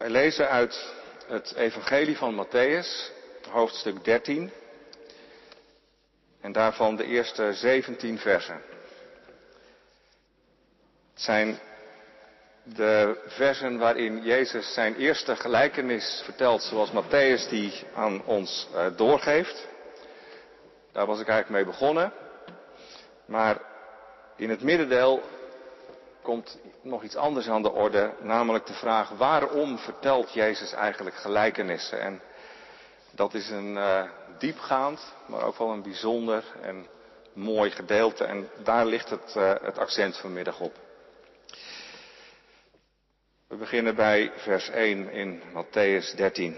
Wij lezen uit het Evangelie van Mattheüs, hoofdstuk 13, en daarvan de eerste 17 versen. Het zijn de versen waarin Jezus zijn eerste gelijkenis vertelt, zoals Mattheüs die aan ons doorgeeft. Daar was ik eigenlijk mee begonnen. Maar in het middendeel komt nog iets anders aan de orde, namelijk de vraag: waarom vertelt Jezus eigenlijk gelijkenissen? En dat is een diepgaand, maar ook wel een bijzonder en mooi gedeelte. En daar ligt het accent vanmiddag op. We beginnen bij vers 1 in Mattheüs 13.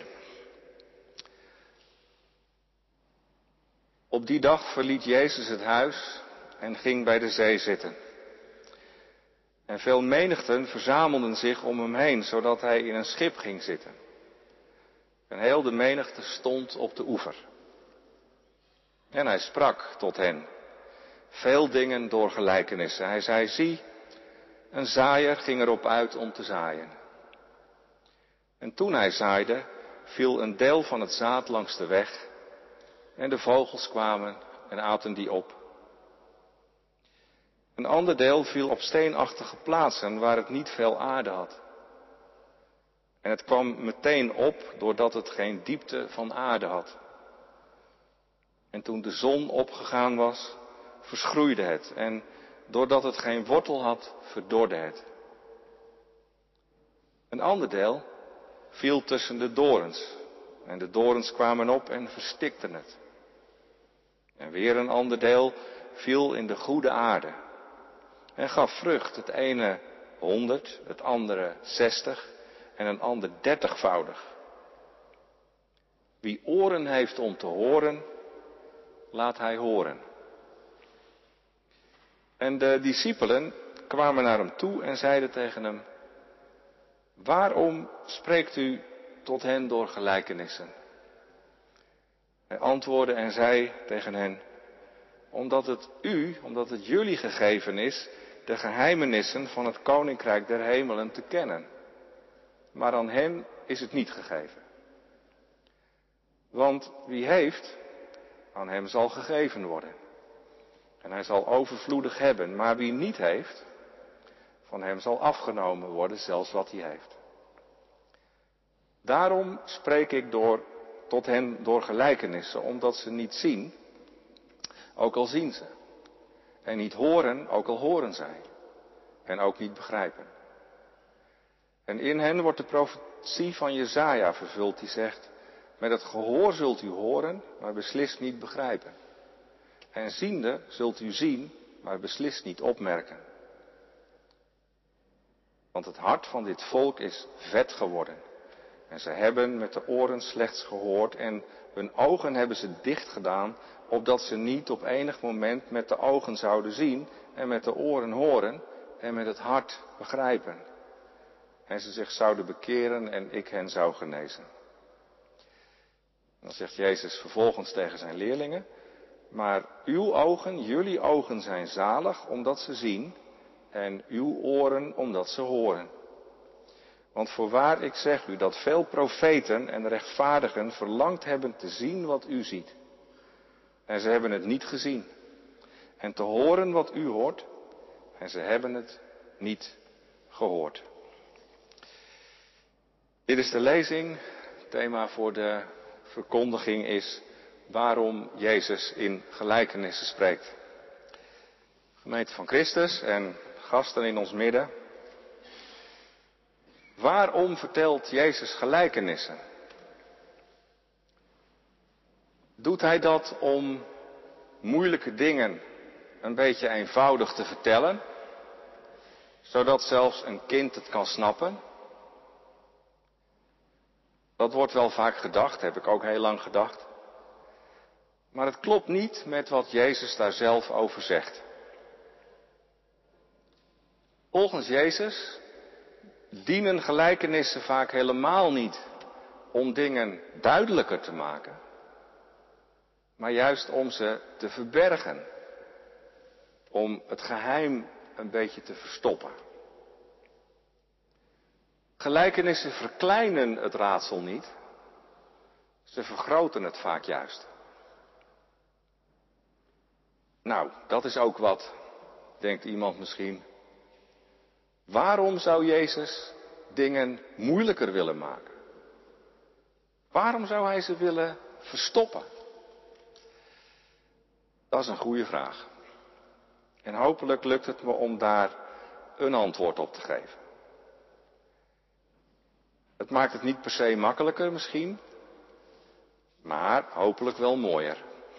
Op die dag verliet Jezus het huis en ging bij de zee zitten. En veel menigten verzamelden zich om hem heen, zodat hij in een schip ging zitten. En heel de menigte stond op de oever. En hij sprak tot hen, veel dingen door gelijkenissen. Hij zei: zie, een zaaier ging erop uit om te zaaien. En toen hij zaaide, viel een deel van het zaad langs de weg, en de vogels kwamen en aten die op. Een ander deel viel op steenachtige plaatsen, waar het niet veel aarde had. En het kwam meteen op, doordat het geen diepte van aarde had. En toen de zon opgegaan was, verschroeide het. En doordat het geen wortel had, verdorde het. Een ander deel viel tussen de dorens. En de dorens kwamen op en verstikten het. En weer een ander deel viel in de goede aarde. En gaf vrucht, het ene 100, het andere 60 en een ander 30voudig. Wie oren heeft om te horen, laat hij horen. En de discipelen kwamen naar hem toe en zeiden tegen hem: waarom spreekt u tot hen door gelijkenissen? Hij antwoordde en zei tegen hen: omdat het jullie gegeven is de geheimenissen van het koninkrijk der hemelen te kennen. Maar aan hen is het niet gegeven. Want wie heeft, aan hem zal gegeven worden. En hij zal overvloedig hebben. Maar wie niet heeft, van hem zal afgenomen worden zelfs wat hij heeft. Daarom spreek ik tot hen door gelijkenissen, omdat ze niet zien, ook al zien ze. En niet horen, ook al horen zij. En ook niet begrijpen. En in hen wordt de profetie van Jesaja vervuld, die zegt: met het gehoor zult u horen, maar beslist niet begrijpen. En ziende zult u zien, maar beslist niet opmerken. Want het hart van dit volk is vet geworden. En ze hebben met de oren slechts gehoord en hun ogen hebben ze dicht gedaan, opdat ze niet op enig moment met de ogen zouden zien en met de oren horen en met het hart begrijpen. En ze zich zouden bekeren en ik hen zou genezen. Dan zegt Jezus vervolgens tegen zijn leerlingen: maar uw ogen, jullie ogen zijn zalig omdat ze zien en uw oren omdat ze horen. Want voorwaar ik zeg u dat veel profeten en rechtvaardigen verlangd hebben te zien wat u ziet. En ze hebben het niet gezien. En te horen wat u hoort. En ze hebben het niet gehoord. Dit is de lezing. Het thema voor de verkondiging is waarom Jezus in gelijkenissen spreekt. Gemeente van Christus en gasten in ons midden. Waarom vertelt Jezus gelijkenissen? Doet hij dat om moeilijke dingen een beetje eenvoudig te vertellen, zodat zelfs een kind het kan snappen? Dat wordt wel vaak gedacht, heb ik ook heel lang gedacht. Maar het klopt niet met wat Jezus daar zelf over zegt. Volgens Jezus dienen gelijkenissen vaak helemaal niet om dingen duidelijker te maken, maar juist om ze te verbergen, om het geheim een beetje te verstoppen. Gelijkenissen verkleinen het raadsel niet. Ze vergroten het vaak juist. Nou, dat is ook wat, denkt iemand misschien. Waarom zou Jezus dingen moeilijker willen maken? Waarom zou hij ze willen verstoppen? Dat is een goede vraag. En hopelijk lukt het me om daar een antwoord op te geven. Het maakt het niet per se makkelijker misschien, maar hopelijk wel mooier.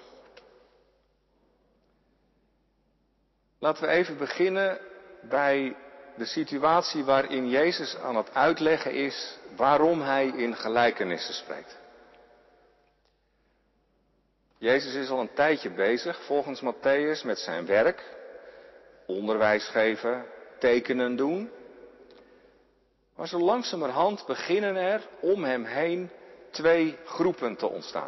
Laten we even beginnen bij de situatie waarin Jezus aan het uitleggen is waarom hij in gelijkenissen spreekt. Jezus is al een tijdje bezig, volgens Mattheüs, met zijn werk. Onderwijs geven, tekenen doen. Maar zo langzamerhand beginnen er om hem heen 2 groepen te ontstaan.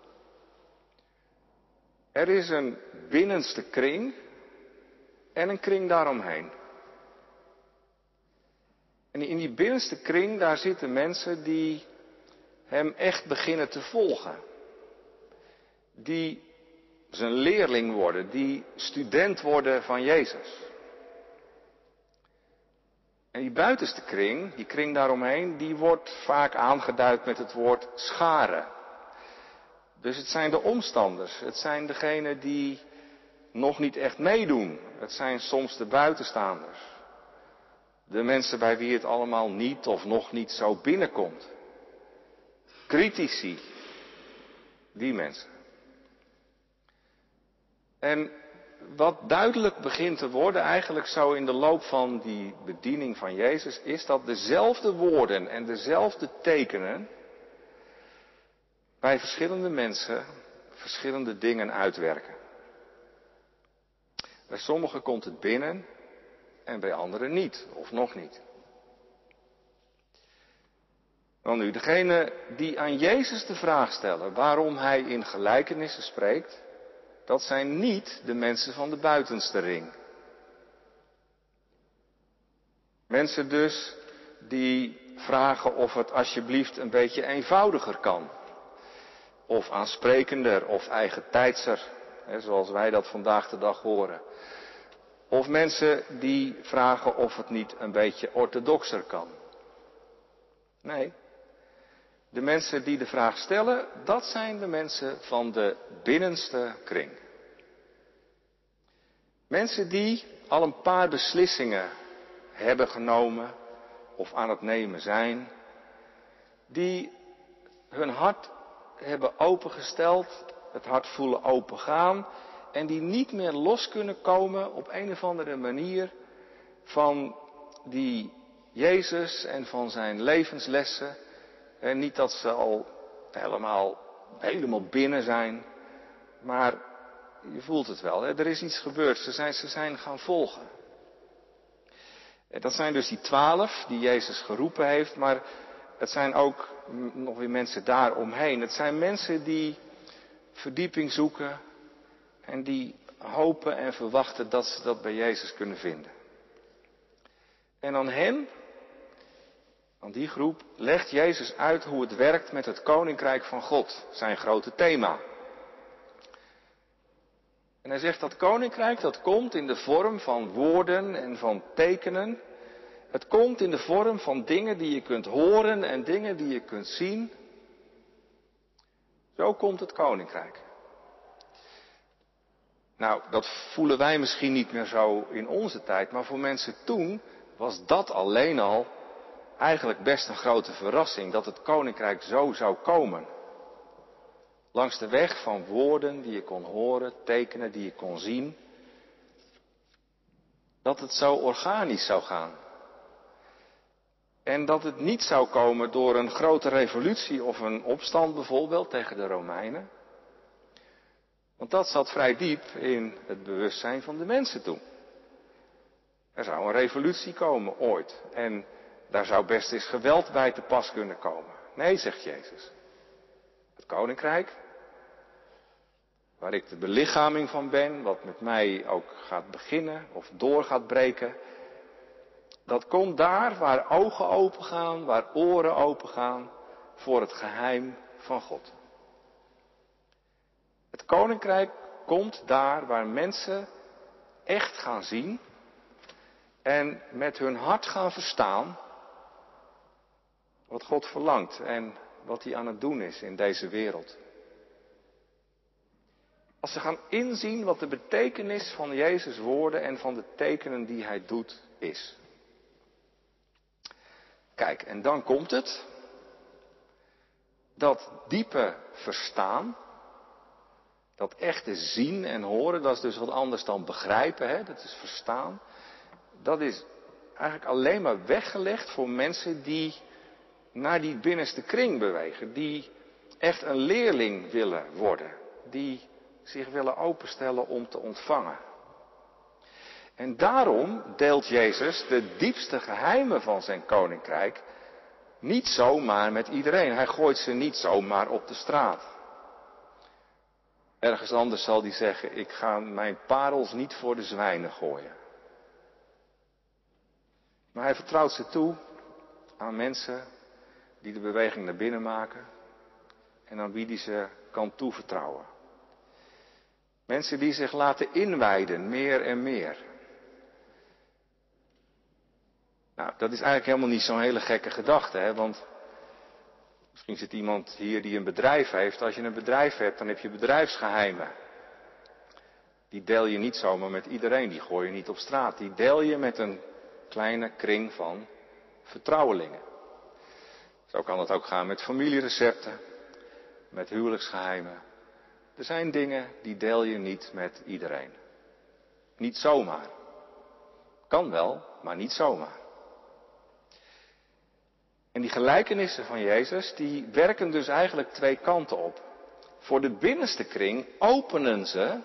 Er is een binnenste kring en een kring daaromheen. En in die binnenste kring, daar zitten mensen die hem echt beginnen te volgen. Die zijn leerling worden, die student worden van Jezus. En die buitenste kring, die kring daaromheen, die wordt vaak aangeduid met het woord scharen. Dus het zijn de omstanders, het zijn degenen die nog niet echt meedoen. Het zijn soms de buitenstaanders. De mensen bij wie het allemaal niet of nog niet zo binnenkomt. Critici, die mensen. En wat duidelijk begint te worden, eigenlijk zo in de loop van die bediening van Jezus, is dat dezelfde woorden en dezelfde tekenen bij verschillende mensen verschillende dingen uitwerken. Bij sommigen komt het binnen en bij anderen niet, of nog niet. Dan nu, degene die aan Jezus de vraag stellen waarom hij in gelijkenissen spreekt, dat zijn niet de mensen van de buitenste ring. Mensen dus die vragen of het alsjeblieft een beetje eenvoudiger kan. Of aansprekender of eigentijdser, zoals wij dat vandaag de dag horen. Of mensen die vragen of het niet een beetje orthodoxer kan. Nee, de mensen die de vraag stellen, dat zijn de mensen van de binnenste kring. Mensen die al een paar beslissingen hebben genomen of aan het nemen zijn. Die hun hart hebben opengesteld, het hart voelen opengaan. En die niet meer los kunnen komen op een of andere manier van die Jezus en van zijn levenslessen. En niet dat ze al helemaal binnen zijn, maar je voelt het wel. Hè? Er is iets gebeurd, ze zijn gaan volgen. En dat zijn dus die 12 die Jezus geroepen heeft, maar het zijn ook nog weer mensen daaromheen. Het zijn mensen die verdieping zoeken en die hopen en verwachten dat ze dat bij Jezus kunnen vinden. En aan hen, aan die groep, legt Jezus uit hoe het werkt met het Koninkrijk van God, zijn grote thema. En hij zegt dat Koninkrijk, dat komt in de vorm van woorden en van tekenen. Het komt in de vorm van dingen die je kunt horen en dingen die je kunt zien. Zo komt het Koninkrijk. Nou, dat voelen wij misschien niet meer zo in onze tijd, maar voor mensen toen was dat alleen al eigenlijk best een grote verrassing, dat het Koninkrijk zo zou komen. Langs de weg van woorden die je kon horen, tekenen die je kon zien. Dat het zo organisch zou gaan. En dat het niet zou komen door een grote revolutie of een opstand bijvoorbeeld tegen de Romeinen. Want dat zat vrij diep in het bewustzijn van de mensen toen. Er zou een revolutie komen ooit. En daar zou best eens geweld bij te pas kunnen komen. Nee, zegt Jezus. Het Koninkrijk, waar ik de belichaming van ben, wat met mij ook gaat beginnen of door gaat breken. Dat komt daar waar ogen opengaan, waar oren opengaan voor het geheim van God. Het koninkrijk komt daar waar mensen echt gaan zien en met hun hart gaan verstaan wat God verlangt en wat hij aan het doen is in deze wereld. Als ze gaan inzien wat de betekenis van Jezus' woorden en van de tekenen die hij doet is. Kijk, en dan komt het. Dat diepe verstaan, dat echte zien en horen, dat is dus wat anders dan begrijpen, hè? Dat is verstaan. Dat is eigenlijk alleen maar weggelegd voor mensen die naar die binnenste kring bewegen. Die echt een leerling willen worden. Die zich willen openstellen om te ontvangen. En daarom deelt Jezus de diepste geheimen van zijn koninkrijk niet zomaar met iedereen. Hij gooit ze niet zomaar op de straat. Ergens anders zal hij zeggen, ik ga mijn parels niet voor de zwijnen gooien. Maar hij vertrouwt ze toe aan mensen die de beweging naar binnen maken en aan wie hij ze kan toevertrouwen. Mensen die zich laten inwijden, meer en meer. Nou, dat is eigenlijk helemaal niet zo'n hele gekke gedachte, hè? Want misschien zit iemand hier die een bedrijf heeft. Als je een bedrijf hebt, dan heb je bedrijfsgeheimen. Die deel je niet zomaar met iedereen, die gooi je niet op straat. Die deel je met een kleine kring van vertrouwelingen. Zo kan het ook gaan met familierecepten, met huwelijksgeheimen. Er zijn dingen die deel je niet met iedereen. Niet zomaar. Kan wel, maar niet zomaar. En die gelijkenissen van Jezus, die werken dus eigenlijk twee kanten op. Voor de binnenste kring openen ze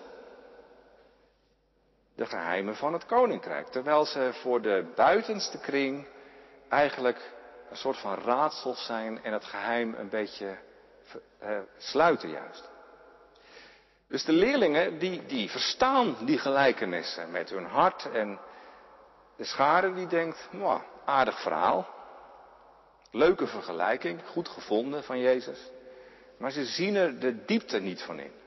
de geheimen van het koninkrijk. Terwijl ze voor de buitenste kring eigenlijk een soort van raadsels zijn en het geheim een beetje sluiten juist. Dus de leerlingen die verstaan die gelijkenissen met hun hart en de schare die denkt, nou, aardig verhaal. Leuke vergelijking, goed gevonden van Jezus. Maar ze zien er de diepte niet van in.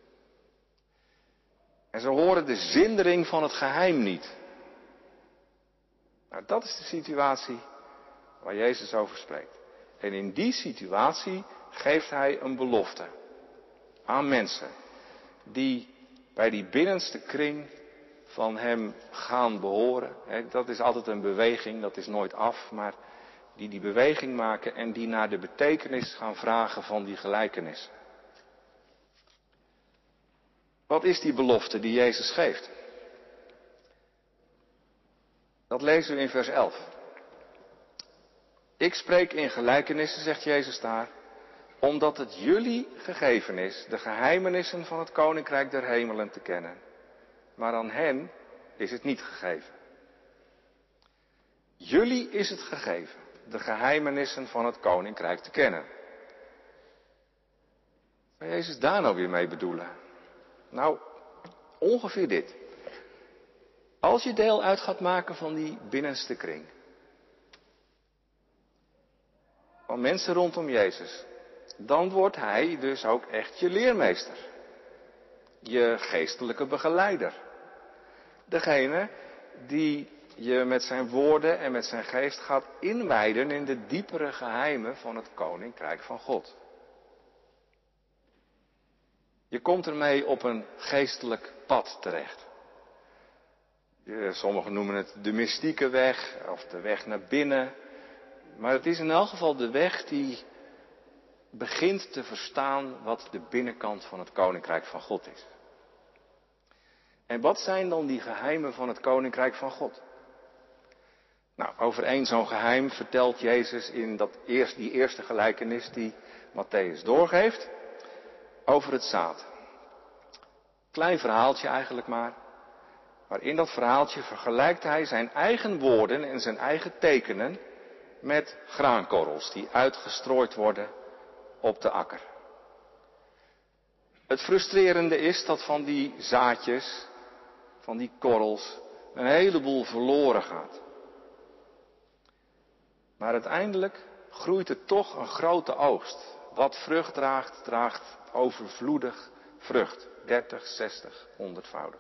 En ze horen de zindering van het geheim niet. Nou, dat is de situatie waar Jezus over spreekt. En in die situatie geeft hij een belofte aan mensen die bij die binnenste kring van hem gaan behoren. Dat is altijd een beweging, dat is nooit af, maar die beweging maken en die naar de betekenis gaan vragen van die gelijkenissen. Wat is die belofte die Jezus geeft? Dat lezen we in vers 11. Ik spreek in gelijkenissen, zegt Jezus daar, omdat het jullie gegeven is de geheimenissen van het koninkrijk der hemelen te kennen. Maar aan hen is het niet gegeven. Jullie is het gegeven de geheimenissen van het koninkrijk te kennen. Wat Jezus daar nou weer mee bedoelen? Nou, ongeveer dit. Als je deel uit gaat maken van die binnenste kring. Van mensen rondom Jezus. Dan wordt hij dus ook echt je leermeester. Je geestelijke begeleider. Degene die je met zijn woorden en met zijn geest gaat inwijden in de diepere geheimen van het koninkrijk van God. Je komt ermee op een geestelijk pad terecht. Sommigen noemen het de mystieke weg of de weg naar binnen. Maar het is in elk geval de weg die begint te verstaan wat de binnenkant van het koninkrijk van God is. En wat zijn dan die geheimen van het koninkrijk van God? Nou, over één zo'n geheim vertelt Jezus in die eerste gelijkenis die Matthäus doorgeeft, over het zaad. Klein verhaaltje eigenlijk maar in dat verhaaltje vergelijkt hij zijn eigen woorden en zijn eigen tekenen met graankorrels die uitgestrooid worden op de akker. Het frustrerende is dat van die zaadjes, van die korrels, een heleboel verloren gaat. Maar uiteindelijk groeit er toch een grote oogst. Wat vrucht draagt, draagt overvloedig vrucht. 30, 60, 100voudig.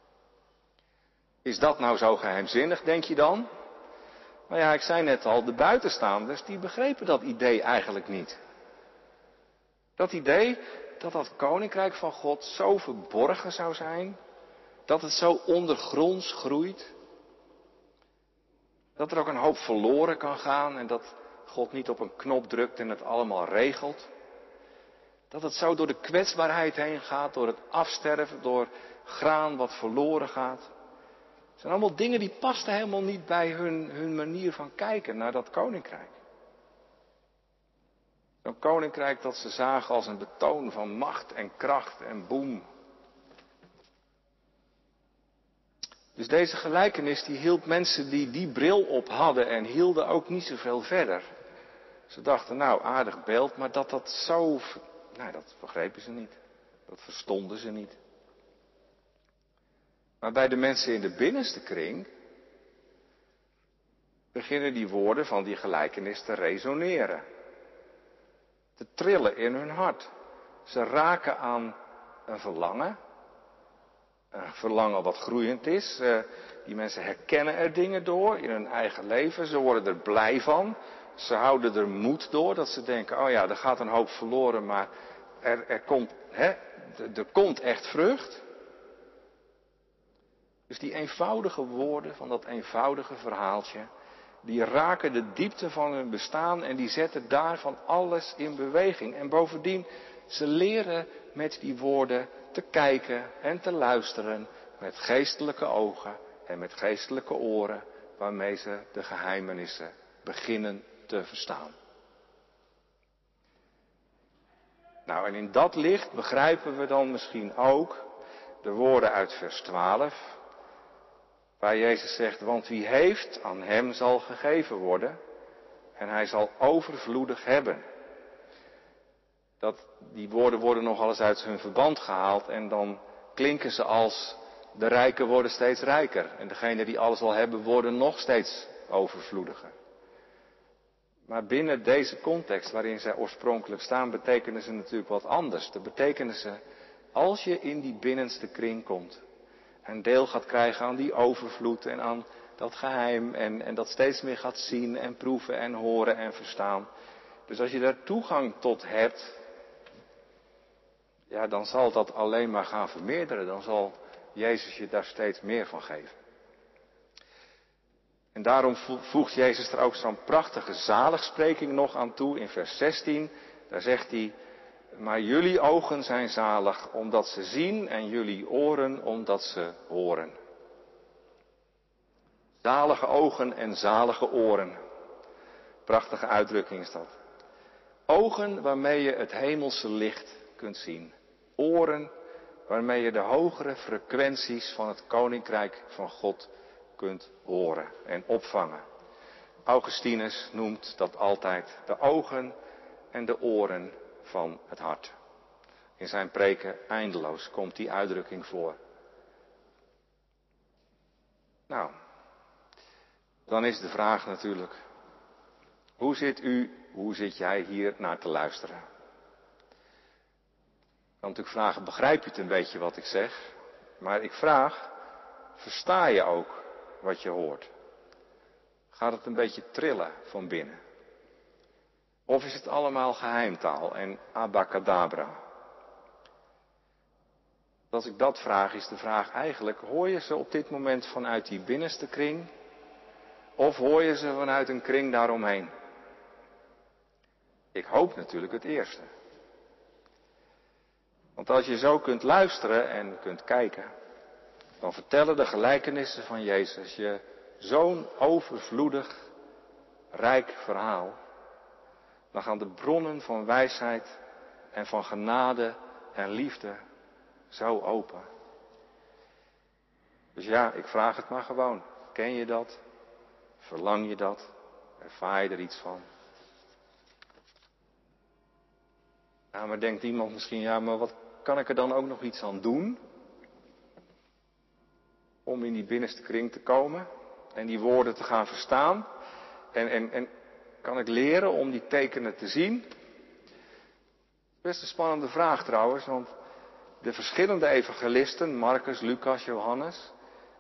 Is dat nou zo geheimzinnig, denk je dan? Nou ja, ik zei net al, de buitenstaanders die begrepen dat idee eigenlijk niet. Dat idee dat dat koninkrijk van God zo verborgen zou zijn, dat het zo ondergronds groeit, dat er ook een hoop verloren kan gaan en dat God niet op een knop drukt en het allemaal regelt. Dat het zo door de kwetsbaarheid heen gaat, door het afsterven, door graan wat verloren gaat. Het zijn allemaal dingen die pasten helemaal niet bij hun manier van kijken naar dat koninkrijk. Zo'n koninkrijk dat ze zagen als een betoon van macht en kracht en boem. Dus deze gelijkenis die hield mensen die die bril op hadden en hielden ook niet zoveel verder. Ze dachten, nou aardig beeld, maar dat zo... Nou, dat begrepen ze niet. Dat verstonden ze niet. Maar bij de mensen in de binnenste kring beginnen die woorden van die gelijkenis te resoneren. Te trillen in hun hart. Ze raken aan een verlangen. Een verlangen wat groeiend is. Die mensen herkennen er dingen door in hun eigen leven. Ze worden er blij van. Ze houden er moed door. Dat ze denken, oh ja, er gaat een hoop verloren, maar er komt echt vrucht. Dus die eenvoudige woorden van dat eenvoudige verhaaltje, die raken de diepte van hun bestaan en die zetten daarvan alles in beweging. En bovendien, ze leren met die woorden te kijken en te luisteren met geestelijke ogen en met geestelijke oren, waarmee ze de geheimenissen beginnen te verstaan. Nou, en in dat licht begrijpen we dan misschien ook de woorden uit vers 12, waar Jezus zegt, want wie heeft, aan hem zal gegeven worden en hij zal overvloedig hebben. Die woorden worden nogal eens uit hun verband gehaald en dan klinken ze als de rijken worden steeds rijker en degenen die alles al hebben worden nog steeds overvloediger. Maar binnen deze context waarin zij oorspronkelijk staan, betekenen ze natuurlijk wat anders. Dan betekenen ze, als je in die binnenste kring komt en deel gaat krijgen aan die overvloed en aan dat geheim en dat steeds meer gaat zien en proeven en horen en verstaan. Dus als je daar toegang tot hebt, ja, dan zal dat alleen maar gaan vermeerderen. Dan zal Jezus je daar steeds meer van geven. En daarom voegt Jezus er ook zo'n prachtige zaligspreking nog aan toe in vers 16. Daar zegt hij, maar jullie ogen zijn zalig omdat ze zien en jullie oren omdat ze horen. Zalige ogen en zalige oren. Prachtige uitdrukking is dat. Ogen waarmee je het hemelse licht kunt zien. Oren waarmee je de hogere frequenties van het koninkrijk van God kunt horen en opvangen. Augustinus noemt dat altijd de ogen en de oren van het hart. In zijn preken eindeloos komt die uitdrukking voor. Nou, dan is de vraag natuurlijk, hoe zit jij hier naar te luisteren? Ik kan natuurlijk vragen, begrijp je het een beetje wat ik zeg? Maar ik vraag, versta je ook wat je hoort? Gaat het een beetje trillen van binnen? Of is het allemaal geheimtaal en abacadabra? Als ik dat vraag, is de vraag eigenlijk, hoor je ze op dit moment vanuit die binnenste kring? Of hoor je ze vanuit een kring daaromheen? Ik hoop natuurlijk het eerste. Want als je zo kunt luisteren en kunt kijken, dan vertellen de gelijkenissen van Jezus je zo'n overvloedig, rijk verhaal. Dan gaan de bronnen van wijsheid en van genade en liefde zo open. Dus ja, ik vraag het maar gewoon. Ken je dat? Verlang je dat? Ervaar je er iets van? Ja, maar denkt iemand misschien, ja, maar wat kan ik er dan ook nog iets aan doen? Om in die binnenste kring te komen en die woorden te gaan verstaan. En kan ik leren om die tekenen te zien? Best een spannende vraag trouwens, want de verschillende evangelisten, Marcus, Lucas, Johannes,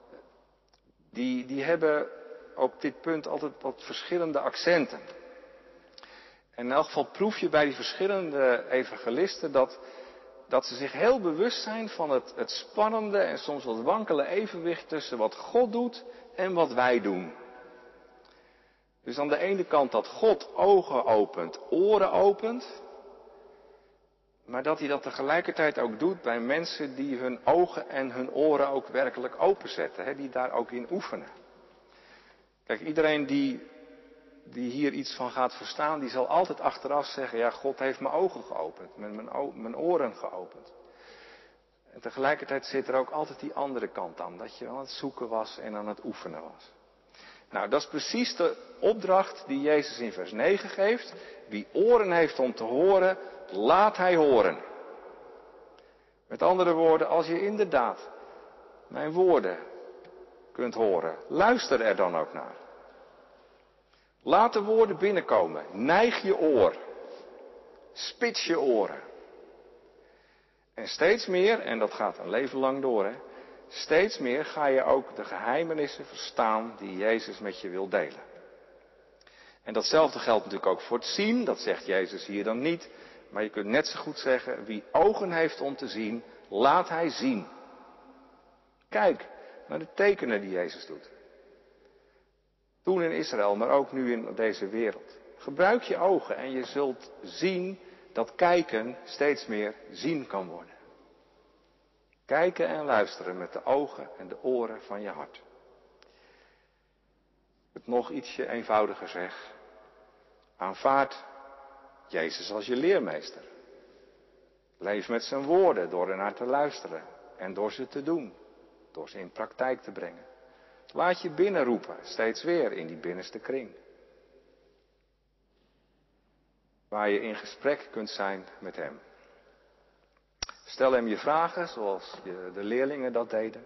die hebben op dit punt altijd wat verschillende accenten. En in elk geval proef je bij die verschillende evangelisten dat ze zich heel bewust zijn van het spannende en soms wat wankele evenwicht tussen wat God doet en wat wij doen. Dus aan de ene kant dat God ogen opent, oren opent, maar dat hij dat tegelijkertijd ook doet bij mensen die hun ogen en hun oren ook werkelijk openzetten, die daar ook in oefenen. Kijk, iedereen die hier iets van gaat verstaan, die zal altijd achteraf zeggen, ja, God heeft mijn ogen geopend, mijn oren geopend. En tegelijkertijd zit er ook altijd die andere kant aan, dat je aan het zoeken was en aan het oefenen was. Nou, dat is precies de opdracht die Jezus in vers 9 geeft. Wie oren heeft om te horen, laat hij horen. Met andere woorden, als je inderdaad mijn woorden kunt horen, luister er dan ook naar. Laat de woorden binnenkomen. Neig je oor. Spits je oren. En steeds meer, en dat gaat een leven lang door, steeds meer ga je ook de geheimenissen verstaan die Jezus met je wil delen. En datzelfde geldt natuurlijk ook voor het zien, dat zegt Jezus hier dan niet. Maar je kunt net zo goed zeggen, wie ogen heeft om te zien, laat hij zien. Kijk naar de tekenen die Jezus doet. Toen in Israël, maar ook nu in deze wereld. Gebruik je ogen en je zult zien dat kijken steeds meer zien kan worden. Kijken en luisteren met de ogen en de oren van je hart. Het nog ietsje eenvoudiger zeg. Aanvaard Jezus als je leermeester. Leef met zijn woorden door ernaar te luisteren en door ze te doen. Door ze in praktijk te brengen. Laat je binnenroepen, steeds weer in die binnenste kring. Waar je in gesprek kunt zijn met hem. Stel hem je vragen zoals de leerlingen dat deden.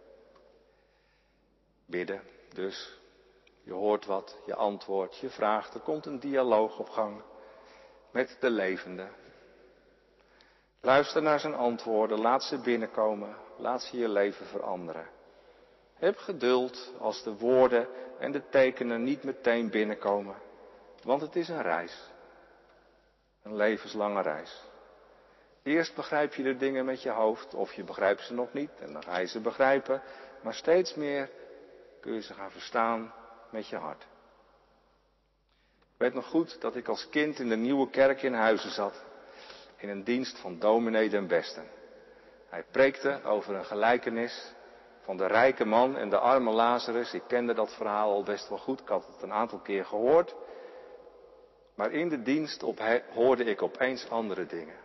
Bidden dus. Je hoort wat, je antwoordt, je vraagt. Er komt een dialoog op gang met de levende. Luister naar zijn antwoorden, laat ze binnenkomen, laat ze je leven veranderen. Heb geduld als de woorden en de tekenen niet meteen binnenkomen, want het is een reis. Een levenslange reis. Eerst begrijp je de dingen met je hoofd, of je begrijpt ze nog niet, en dan ga je ze begrijpen, maar steeds meer kun je ze gaan verstaan met je hart. Ik weet nog goed dat ik als kind in de Nieuwe Kerk in Huizen zat, in een dienst van dominee Den Besten. Hij preekte over een gelijkenis van de rijke man en de arme Lazarus. Ik kende dat verhaal al best wel goed, ik had het een aantal keer gehoord. Maar in de dienst hoorde ik opeens andere dingen.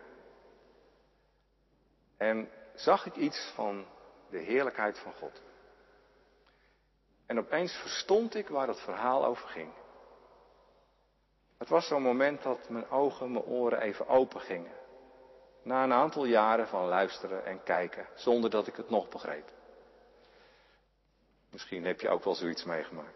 En zag ik iets van de heerlijkheid van God. En opeens verstond ik waar het verhaal over ging. Het was zo'n moment dat mijn ogen, mijn oren even open gingen. Na een aantal jaren van luisteren en kijken, zonder dat ik het nog begreep. Misschien heb je ook wel zoiets meegemaakt.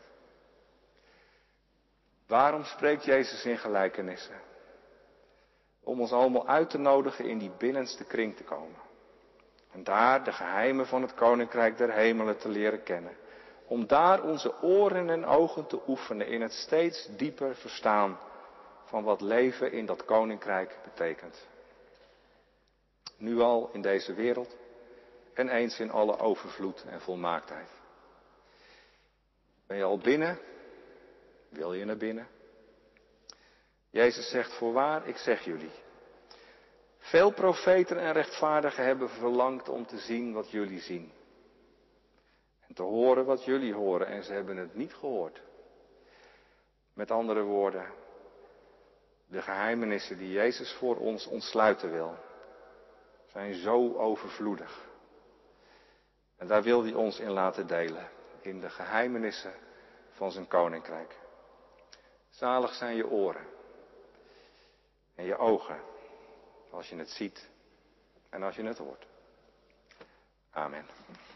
Waarom spreekt Jezus in gelijkenissen? Om ons allemaal uit te nodigen in die binnenste kring te komen. En daar de geheimen van het Koninkrijk der Hemelen te leren kennen. Om daar onze oren en ogen te oefenen in het steeds dieper verstaan van wat leven in dat Koninkrijk betekent. Nu al in deze wereld en eens in alle overvloed en volmaaktheid. Ben je al binnen? Wil je naar binnen? Jezus zegt voorwaar, ik zeg jullie. Veel profeten en rechtvaardigen hebben verlangd om te zien wat jullie zien. En te horen wat jullie horen en ze hebben het niet gehoord. Met andere woorden, de geheimenissen die Jezus voor ons ontsluiten wil, zijn zo overvloedig. En daar wil hij ons in laten delen, in de geheimenissen van zijn Koninkrijk. Zalig zijn je oren en je ogen, als je het ziet en als je het hoort. Amen.